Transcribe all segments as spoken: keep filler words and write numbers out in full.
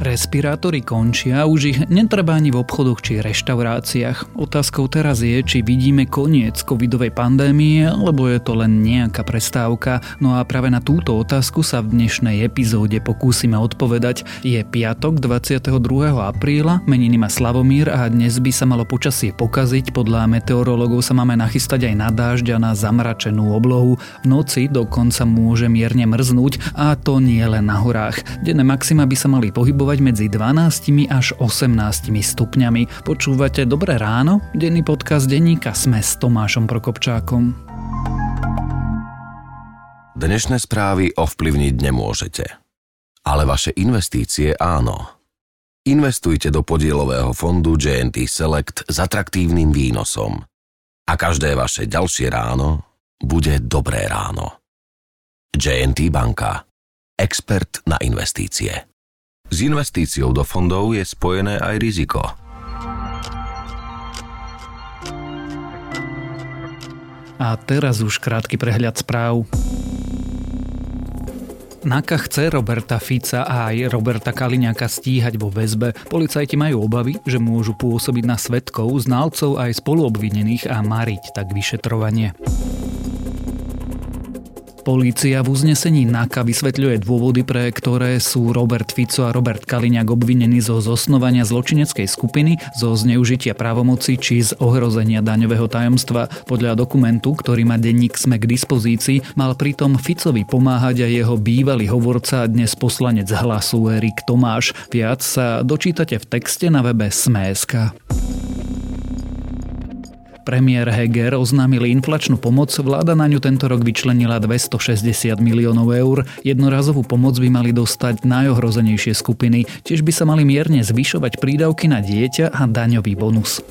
Respirátory končia, už ich netreba ani v obchodoch či reštauráciách. Otázkou teraz je, či vidíme koniec covidovej pandémie, alebo je to len nejaká prestávka. No a práve na túto otázku sa v dnešnej epizóde pokúsime odpovedať. Je piatok dvadsiateho druhého apríla, meniny má Slavomír a dnes by sa malo počasie pokaziť. Podľa meteorológov sa máme nachystať aj na dážď a na zamračenú oblohu. V noci dokonca môže mierne mrznúť a to nie len na horách. Denné maxima by sa mali pohybovať medzi dvanástimi až osemnástimi stupňami. Počúvate Dobré ráno? Denný podcast denníka SME s Tomášom Prokopčákom. Dnešné správy ovplyvniť nemôžete. Ale vaše investície áno. Investujte do podielového fondu jé en té Select s atraktívnym výnosom. A každé vaše ďalšie ráno bude dobré ráno. jé en té banka. Expert na investície. S investíciou do fondov je spojené aj riziko. A teraz už krátky prehľad správ. NAKA chce Roberta Fica a aj Roberta Kaliňáka stíhať vo väzbe. Policajti majú obavy, že môžu pôsobiť na svedkov, znalcov aj spoluobvinených a mariť tak vyšetrovanie. Polícia v uznesení NAKA vysvetľuje dôvody, pre ktoré sú Robert Fico a Robert Kaliňák obvinení zo zosnovania zločineckej skupiny, zo zneužitia právomoci či z ohrozenia daňového tajomstva. Podľa dokumentu, ktorý má denník SME k dispozícii, mal pritom Ficovi pomáhať aj jeho bývalý hovorca, dnes poslanec Hlasu Erik Tomáš. Viac sa dočítate v texte na webe es em e bodka es ká. Premiér Heger oznámil inflačnú pomoc, vláda na ňu tento rok vyčlenila dvestošesťdesiat miliónov eur. Jednorazovú pomoc by mali dostať najohrozenejšie skupiny, tiež by sa mali mierne zvyšovať prídavky na dieťa a daňový bonus.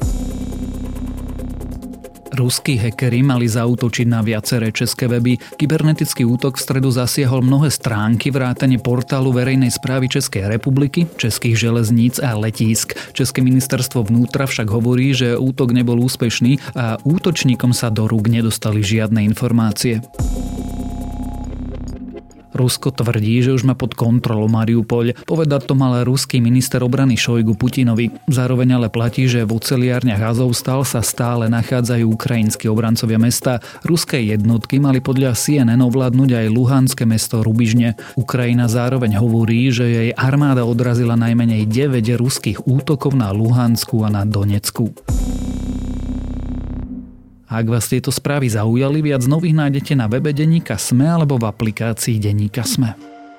Ruskí hackeri mali zaútočiť na viaceré české weby. Kybernetický útok v stredu zasiahol mnohé stránky vrátane portálu verejnej správy Českej republiky, Českých železníc a letísk. České ministerstvo vnútra však hovorí, že útok nebol úspešný a útočníkom sa do rúk nedostali žiadne informácie. Rusko tvrdí, že už má pod kontrolou Mariupol. Povedať to mal ruský minister obrany Šojgu Putinovi. Zároveň ale platí, že v oceliárniach Azovstal sa stále nachádzajú ukrajinskí obrancovia mesta. Ruské jednotky mali podľa C N N ovládnuť aj luhanské mesto Rubižne. Ukrajina zároveň hovorí, že jej armáda odrazila najmenej deväť ruských útokov na Luhansku a na Donecku. Ak vás tieto správy zaujali, viac nových nájdete na webe denníka SME alebo v aplikácii denníka SME.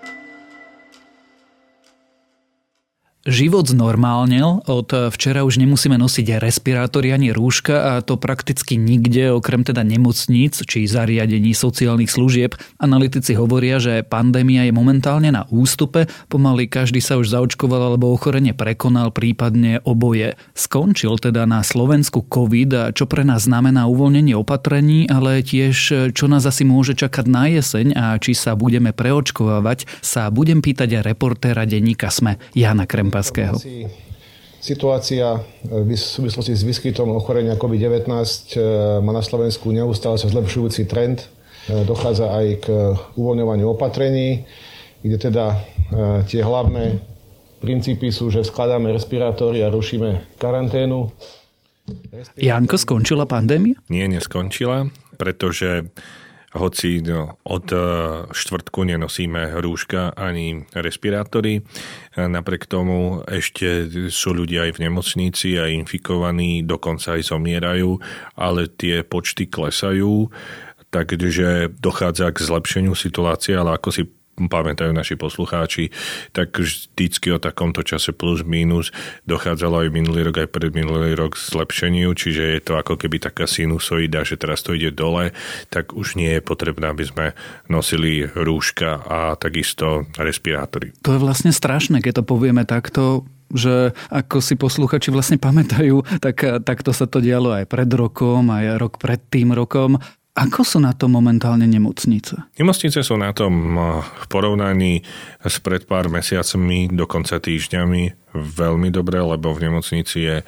Život znormálnel, od včera už nemusíme nosiť respirátory ani rúška a to prakticky nikde, okrem teda nemocníc či zariadení sociálnych služieb. Analytici hovoria, že pandémia je momentálne na ústupe, pomaly každý sa už zaočkoval alebo ochorenie prekonal, prípadne oboje. Skončil teda na Slovensku COVID, čo pre nás znamená uvoľnenie opatrení, ale tiež čo nás asi môže čakať na jeseň a či sa budeme preočkovávať, sa budem pýtať aj reportéra denníka SME Jána Krem. Situácia v súvislosti s výskytom ochorenia COVID devätnásť má na Slovensku neustále sa zlepšujúci trend. Dochádza aj k uvoľňovaniu opatrení, kde teda tie hlavné princípy sú, že skladáme respirátory a rušíme karanténu. Janko, skončila pandémia? Nie, neskončila, pretože hoci no, od štvrtku nenosíme rúška ani respirátory. Napriek tomu ešte sú ľudia aj v nemocnici a infikovaní, dokonca aj zomierajú, ale tie počty klesajú, takže dochádza k zlepšeniu situácie, ale ako si pamätajú naši poslucháči, tak vždycky o takomto čase plus minus dochádzalo aj minulý rok, aj predminulý rok k zlepšeniu, čiže je to ako keby taká sinusoida, že teraz to ide dole, tak už nie je potrebné, aby sme nosili rúška a takisto respirátory. To je vlastne strašné, keď to povieme takto, že ako si posluchači vlastne pamätajú, tak takto sa to dialo aj pred rokom, aj rok pred tým rokom. Ako sú na tom momentálne nemocnice? Nemocnice sú na tom v porovnaní s pred pár mesiacmi, dokonca týždňami veľmi dobré, lebo v nemocnici je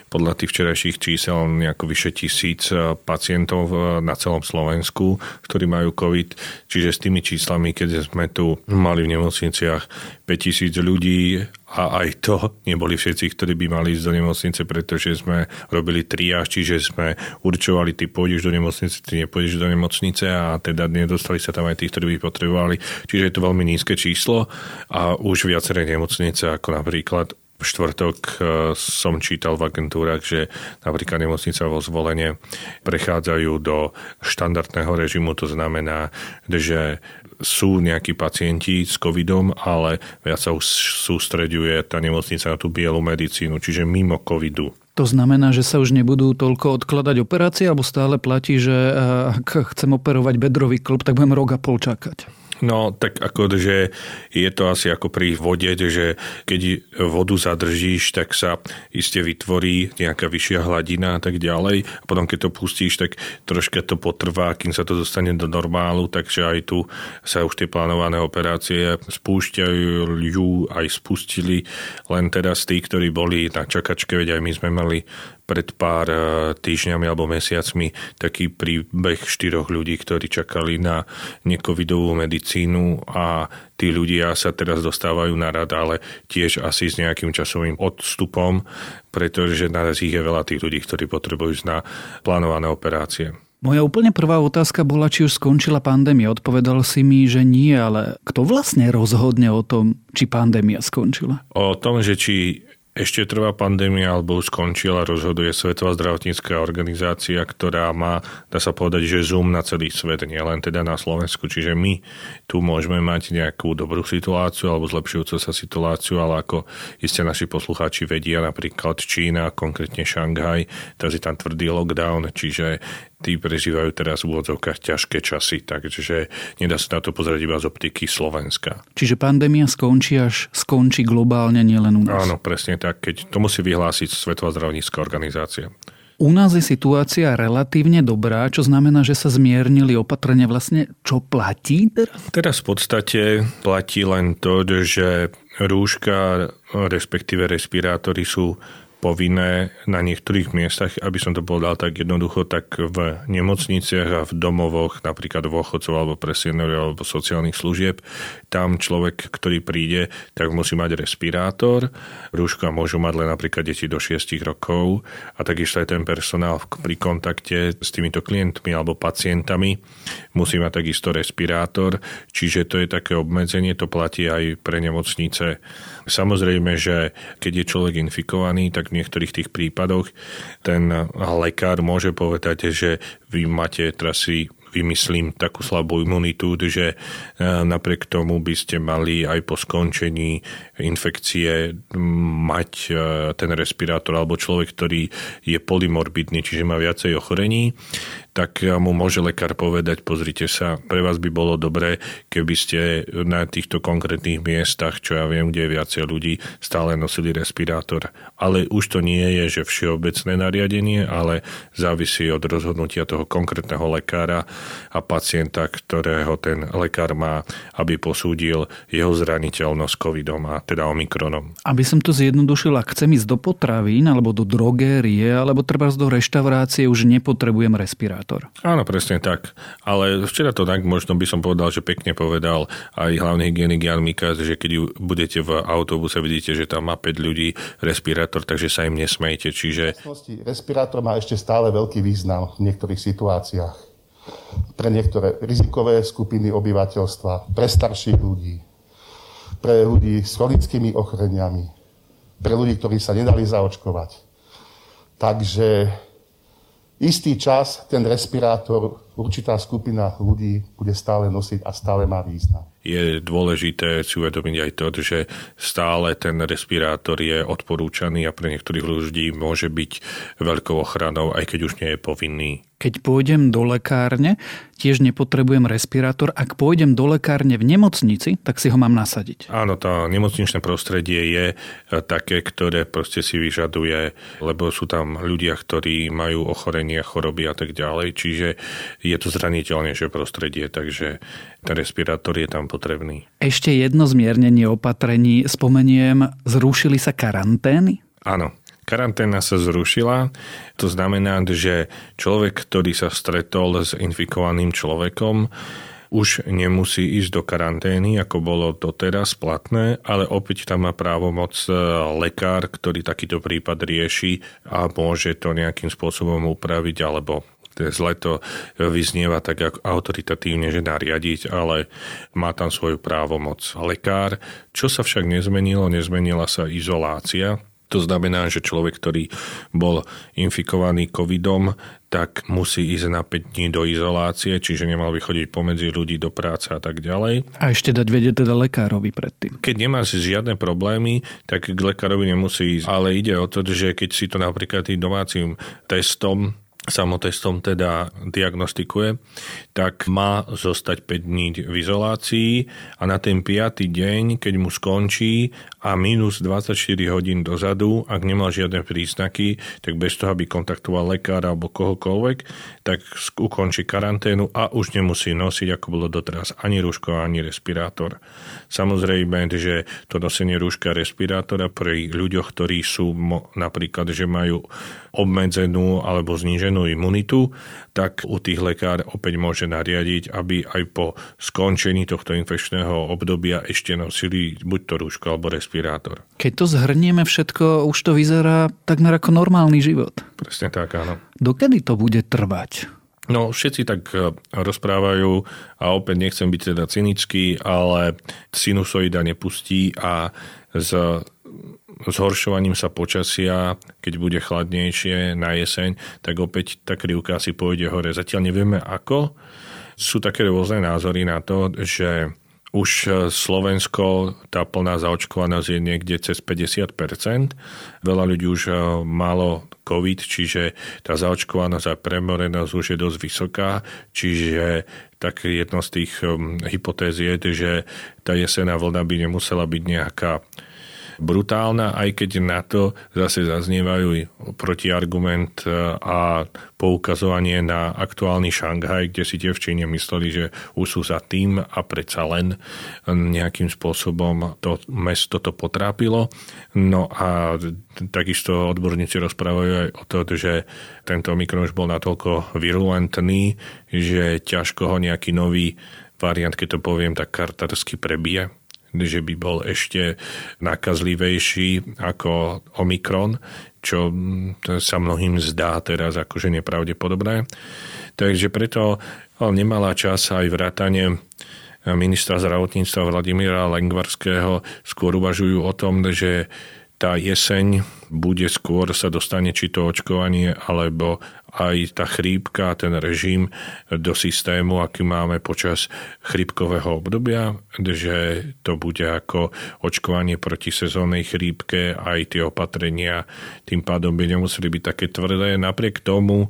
podľa tých včerajších čísel nejako vyše tisíc pacientov na celom Slovensku, ktorí majú COVID. Čiže s tými číslami, keď sme tu mali v nemocniciach päťtisíc ľudí a aj to neboli všetci, ktorí by mali ísť do nemocnice, pretože sme robili triáž, čiže sme určovali, ty pôjdeš do nemocnice, ty nepôjdeš do nemocnice a teda nedostali sa tam aj tí, ktorí by potrebovali. Čiže je to veľmi nízke číslo a už viaceré nemocnice, ako napríklad v štvrtok som čítal v agentúrach, že napríklad nemocnica vo Zvolene prechádzajú do štandardného režimu, to znamená, že sú nejakí pacienti s covidom, ale viac sa už sústreďuje tá nemocnica na tú bielu medicínu, čiže mimo covidu. To znamená, že sa už nebudú toľko odkladať operácie, alebo stále platí, že ak chcem operovať bedrový klb, tak budem rok a pol čakať? No, tak akože je to asi ako pri vode, že keď vodu zadržíš, tak sa iste vytvorí nejaká vyššia hladina a tak ďalej. A potom, keď to pustíš, tak troška to potrvá, kým sa to dostane do normálu, takže aj tu sa už tie plánované operácie spúšťajú, aj spustili, len teraz tí, ktorí boli na čakačke, veď aj my sme mali pred pár týždňami alebo mesiacmi taký príbeh štyroch ľudí, ktorí čakali na necovidovú medicínu a tí ľudia sa teraz dostávajú na rad, ale tiež asi s nejakým časovým odstupom, pretože naraz ich je veľa tých ľudí, ktorí potrebujú na plánované operácie. Moja úplne prvá otázka bola, či už skončila pandémia. Odpovedal si mi, že nie, ale kto vlastne rozhodne o tom, či pandémia skončila? O tom, že či ešte trvá pandémia alebo už skončila, rozhoduje Svetová zdravotnícka organizácia, ktorá má, dá sa povedať, že zoom na celý svet, nie len teda na Slovensku. Čiže my tu môžeme mať nejakú dobrú situáciu alebo zlepšujúcu sa situáciu, ale ako iste naši poslucháči vedia, napríklad Čína, konkrétne Šanghaj, teraz je tam tvrdý lockdown, čiže tí prežívajú teraz v úvodzovkách ťažké časy, takže nedá sa na to pozrieť iba z optiky Slovenska. Čiže pandémia skončí, až skončí globálne, nielen u nás. Áno, presne tak, keď to musí vyhlásiť Svetová zdravotnícka organizácia. U nás je situácia relatívne dobrá, čo znamená, že sa zmiernili opatrenia. Vlastne čo platí teraz? Teraz v podstate platí len to, že rúška, respektíve respirátory sú povinné na niektorých miestach, aby som to povedal tak jednoducho, tak v nemocniciach a v domovoch, napríklad dôchodcov alebo pre seniorov alebo sociálnych služieb. Tam človek, ktorý príde, tak musí mať respirátor. Rúška môžu mať len napríklad deti do šiestich rokov a takisto aj ten personál pri kontakte s týmito klientmi alebo pacientami musí mať takisto respirátor. Čiže to je také obmedzenie, to platí aj pre nemocnice. Samozrejme, že keď je človek infikovaný, tak v niektorých tých prípadoch ten lekár môže povedať, že vy máte teraz si vymyslím takú slabú imunitu, že napriek tomu by ste mali aj po skončení infekcie mať ten respirátor alebo človek, ktorý je polymorbidný, čiže má viacej ochorení, tak mu môže lekár povedať, pozrite sa, pre vás by bolo dobré, keby ste na týchto konkrétnych miestach, čo ja viem, kde je viacej ľudí, stále nosili respirátor. Ale už to nie je, že všeobecné nariadenie, ale závisí od rozhodnutia toho konkrétneho lekára a pacienta, ktorého ten lekár má, aby posúdil jeho zraniteľnosť covidom a teda omikronom. Aby som to zjednodušil, ak chcem ísť do potravín alebo do drogérie alebo treba do reštaurácie, už nepotrebujem respirátor. Áno, presne tak. Ale včera to tak možno by som povedal, že pekne povedal aj hlavný hygienik Jan Mikas, že keď budete v autobuse, vidíte, že tam má päť ľudí respirátor, takže sa im nesmejte. Čiže respirátor má ešte stále veľký význam v niektorých situáciách. Pre niektoré rizikové skupiny obyvateľstva, pre starších ľudí, pre ľudí s chronickými ochoreniami, pre ľudí, ktorí sa nedali zaočkovať. Takže istý čas ten respirátor, určitá skupina ľudí bude stále nosiť a stále má význam. Je dôležité si uvedomiť aj to, že stále ten respirátor je odporúčaný a pre niektorých ľudí môže byť veľkou ochranou, aj keď už nie je povinný. Keď pôjdem do lekárne, tiež nepotrebujem respirátor. Ak pôjdem do lekárne v nemocnici, tak si ho mám nasadiť. Áno, to nemocničné prostredie je také, ktoré proste si vyžaduje, lebo sú tam ľudia, ktorí majú ochorenia, choroby a tak ďalej. Čiže je to zraniteľnejšie prostredie, takže ten respirátor je tam potrebný. Ešte jedno zmiernenie opatrení. Spomeniem, zrušili sa karantény? Áno. Karanténa sa zrušila, to znamená, že človek, ktorý sa stretol s infikovaným človekom, už nemusí ísť do karantény, ako bolo doteraz platné, ale opäť tam má právomoc lekár, ktorý takýto prípad rieši a môže to nejakým spôsobom upraviť, alebo zle to vyznieva tak autoritatívne, že nariadiť, ale má tam svoju právomoc lekár. Čo sa však nezmenilo, nezmenila sa izolácia. To znamená, že človek, ktorý bol infikovaný covidom, tak musí ísť na päť dní do izolácie, čiže nemal by chodiť pomedzi ľudí do práce a tak ďalej. A ešte dať vedieť teda lekárovi predtým. Keď nemáš žiadne problémy, tak k lekárovi nemusí ísť. Ale ide o to, že keď si to napríklad tým domácim testom, samotestom teda diagnostikuje, tak má zostať päť dní v izolácii a na ten piaty deň, keď mu skončí a minus dvadsaťštyri hodín dozadu, ak nemal žiadne príznaky, tak bez toho, aby kontaktoval lekára alebo kohokoľvek, tak ukončí karanténu a už nemusí nosiť, ako bolo doteraz, ani rúško, ani respirátor. Samozrejme, že to nosenie rúška a respirátora pri ľuďoch, ktorí sú napríklad, že majú obmedzenú alebo zníženú imunitu, tak u tých lekár opäť môže nariadiť, aby aj po skončení tohto infekčného obdobia ešte nosili buď to rúško alebo respirátor. Keď to zhrnieme všetko, už to vyzerá takmer ako normálny život. Presne tak, áno. Dokedy to bude trvať? No, všetci tak rozprávajú a opäť nechcem byť teda cynický, ale sinusoida nepustí a z zhoršovaním sa počasia, keď bude chladnejšie na jeseň, tak opäť tá krivka si pôjde hore. Zatiaľ nevieme ako. Sú také rôzne názory na to, že už Slovensko, tá plná zaočkovanosť je niekde cez päťdesiat percent. Veľa ľudí už malo COVID, čiže tá zaočkovanosť a premorenosť už je dosť vysoká, čiže tak jedno z tých hypotéz je, že tá jesenná vlna by nemusela byť nejaká brutálna, aj keď na to zase zaznievajú protiargument a poukazovanie na aktuálny Šanghaj, kde si tie v Číne mysleli, že už sú za tým a predsa len nejakým spôsobom to mesto to potrápilo. No a takisto odborníci rozprávajú aj o to, že tento Omikron už bol natoľko virulentný, že ťažko ho nejaký nový variant, keď to poviem, tak kartársky prebije, že by bol ešte nakazlivejší ako Omikron, čo sa mnohým zdá teraz akože nepravdepodobné. Takže preto nemala čas aj vrátane ministra zdravotníctva Vladimíra Lengvarského skôr uvažujú o tom, že tá jeseň bude skôr sa dostane či to očkovanie, alebo aj tá chrípka, ten režim do systému, aký máme počas chrípkového obdobia, že to bude ako očkovanie proti sezónnej chrípke, aj tie opatrenia tým pádom by nemuseli byť také tvrdé. Napriek tomu,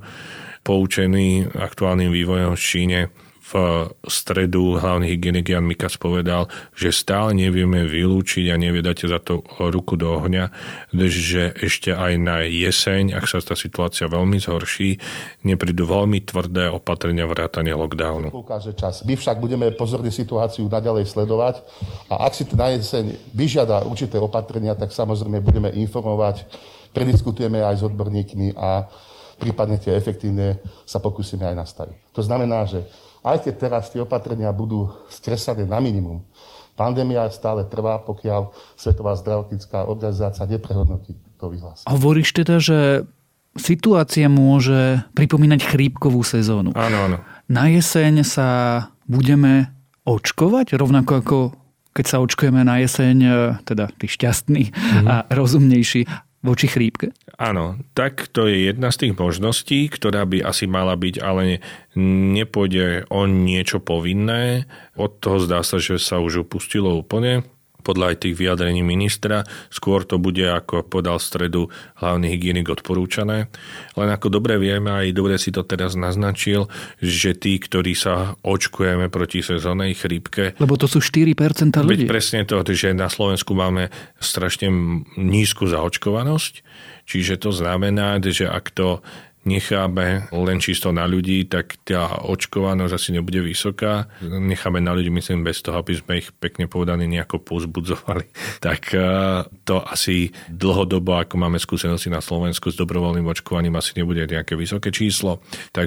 poučený aktuálnym vývojom v Číne, v stredu hlavný hygienik Jan Mikas povedal, že stále nevieme vylúčiť a nevie dať za to ruku do ohňa, že ešte aj na jeseň, ak sa tá situácia veľmi zhorší, neprídu veľmi tvrdé opatrenia vrátane lockdownu. Ukáže čas. My však budeme pozorne situáciu naďalej sledovať a ak si na jeseň vyžiada určité opatrenia, tak samozrejme budeme informovať, prediskutujeme aj s odborníkmi a prípadne tie efektívne sa pokúsime aj nastaviť. To znamená, že aj keď teraz tie opatrenia budú skresané na minimum, pandémia stále trvá, pokiaľ Svetová zdravotnícka organizácia neprehodnotí to vyhlásenie. Hovoríš teda, že situácia môže pripomínať chrípkovú sezónu. Áno, áno. Na jeseň sa budeme očkovať, rovnako ako keď sa očkujeme na jeseň, teda tí šťastní mm-hmm. a rozumnejší voči chrípke? Áno, tak to je jedna z tých možností, ktorá by asi mala byť, ale nepôjde o niečo povinné. Od toho zdá sa, že sa už upustilo úplne. Podľa aj tých vyjadrení ministra, skôr to bude, ako podal v stredu hlavný hygienik, odporúčané. Len ako dobre vieme, aj dobre si to teraz naznačil, že tí, ktorí sa očkujeme proti sezónnej chrípke... Lebo to sú štyri percentá ľudí. Veď presne to, že na Slovensku máme strašne nízku zaočkovanosť, čiže to znamená, že ak to necháme len čisto na ľudí, tak tá očkovanosť asi nebude vysoká. Necháme na ľudí, myslím, bez toho, aby sme ich pekne povedané nejako povzbudzovali. Tak to asi dlhodobo, ako máme skúsenosti na Slovensku s dobrovoľným očkovaním, asi nebude nejaké vysoké číslo.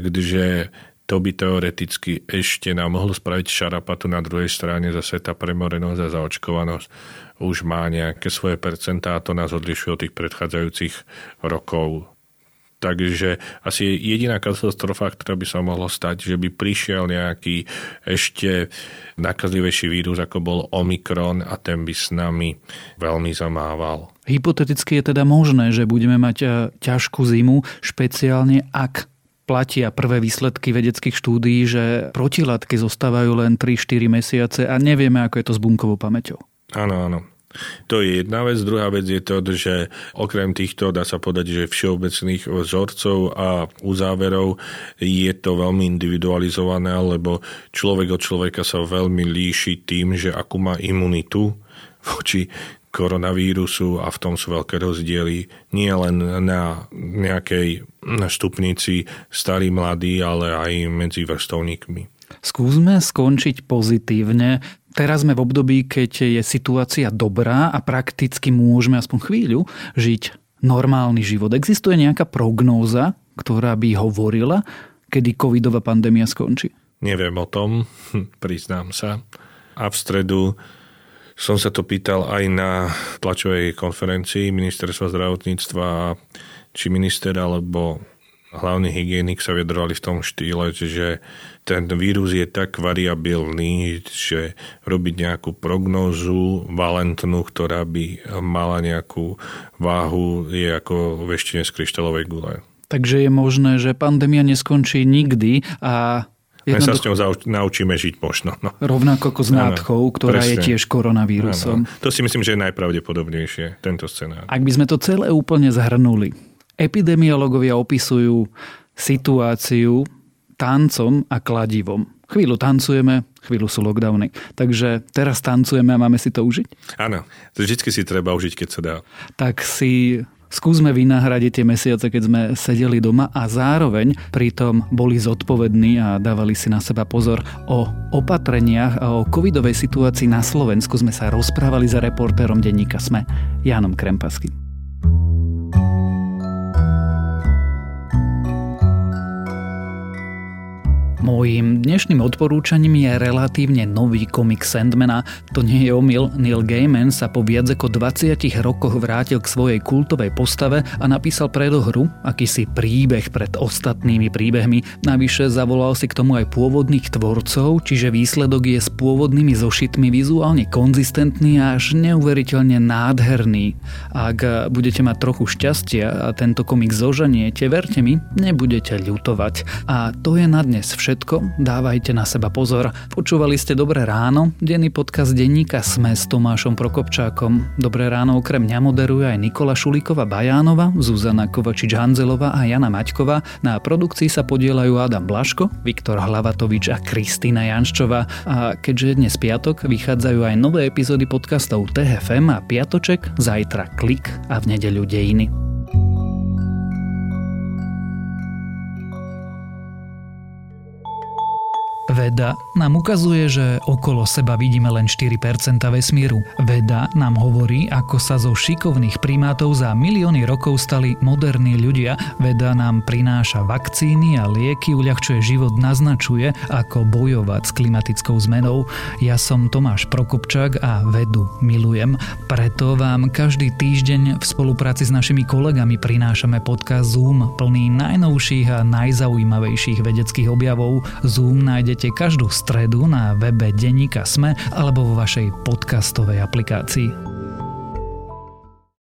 Takže to by teoreticky ešte nám mohlo spraviť šarapatu. Na druhej strane zase tá premorenosť a zaočkovanosť už má nejaké svoje percentá a to nás odlišuje od tých predchádzajúcich rokov. Takže asi jediná katastrofa, ktorá by sa mohla stať, že by prišiel nejaký ešte nakazlivejší vírus, ako bol Omikron a ten by s nami veľmi zamával. Hypoteticky je teda možné, že budeme mať ťažkú zimu, špeciálne ak platia prvé výsledky vedeckých štúdií, že protilátky zostávajú len tri štyri mesiace a nevieme, ako je to s bunkovou pamäťou. Áno, áno. To je jedna vec. Druhá vec je to, že okrem týchto, dá sa povedať, že všeobecných vzorcov a uzáverov je to veľmi individualizované, lebo človek od človeka sa veľmi líši tým, že akú má imunitu voči koronavírusu a v tom sú veľké rozdiely nie len na nejakej stupnici starý, mladý, ale aj medzi vrstovníkmi. Skúsme skončiť pozitívne. Teraz sme v období, keď je situácia dobrá a prakticky môžeme aspoň chvíľu žiť normálny život. Existuje nejaká prognóza, ktorá by hovorila, kedy covidová pandémia skončí? Neviem o tom, priznám sa. A v stredu som sa to pýtal aj na tlačovej konferencii ministerstva zdravotníctva, či minister alebo hlavný hygienik sa vyjadrovali v tom štýle, že ten vírus je tak variabilný, že robiť nejakú prognózu valentnú, ktorá by mala nejakú váhu, je ako veštenie z kryštálovej gule. Takže je možné, že pandémia neskončí nikdy a len sa s ňou naučíme žiť možno. No. Rovnako ako s nádchou, ktorá presne. Je tiež koronavírusom. Ano. To si myslím, že je najpravdepodobnejšie, tento scenár. Ak by sme to celé úplne zhrnuli. Epidemiológovia opisujú situáciu tancom a kladivom. Chvíľu tancujeme, chvíľu sú lockdowny. Takže teraz tancujeme a máme si to užiť? Áno, vždycky si treba užiť, keď sa dá. Tak si skúsme vynahradiť tie mesiace, keď sme sedeli doma a zároveň pritom boli zodpovední a dávali si na seba pozor. O opatreniach a o covidovej situácii na Slovensku sme sa rozprávali za reportérom denníka SME, Jánom Krempaským. Mojím dnešným odporúčaním je relatívne nový komik Sandmana. To nie je omyl, Neil Gaiman sa po viac ako dvadsiatich rokoch vrátil k svojej kultovej postave a napísal predohru, akýsi príbeh pred ostatnými príbehmi. Navyše zavolal si k tomu aj pôvodných tvorcov, čiže výsledok je s pôvodnými zošitmi vizuálne konzistentný a až neuveriteľne nádherný. Ak budete mať trochu šťastia a tento komik zožaniete, verte mi, nebudete ľutovať. A to je na dnes všetko. Všetko, dávajte na seba pozor. Počúvali ste Dobré ráno, denný podcast denníka SME s Tomášom Prokopčákom. Dobré ráno okrem mňa moderuje aj Nikola Šulíková-Bajánova, Zuzana Kovačič-Hanzelová a Jana Maťková. Na produkcii sa podieľajú Adam Blaško, Viktor Hlavatovič a Kristína Janščová. A keďže dnes piatok, vychádzajú aj nové epizódy podcastov té ef em a Piatoček, zajtra Klik a v nedeľu Dejiny. Veda nám ukazuje, že okolo seba vidíme len štyri percentá vesmíru. Veda nám hovorí, ako sa zo šikovných primátov za milióny rokov stali moderní ľudia. Veda nám prináša vakcíny a lieky, uľahčuje život, naznačuje, ako bojovať s klimatickou zmenou. Ja som Tomáš Prokopčák a vedu milujem. Preto vám každý týždeň v spolupráci s našimi kolegami prinášame podcast Zoom, plný najnovších a najzaujímavejších vedeckých objavov. Zoom nájdete každú stredu na webe denníka SME alebo vo vašej podcastovej aplikácii.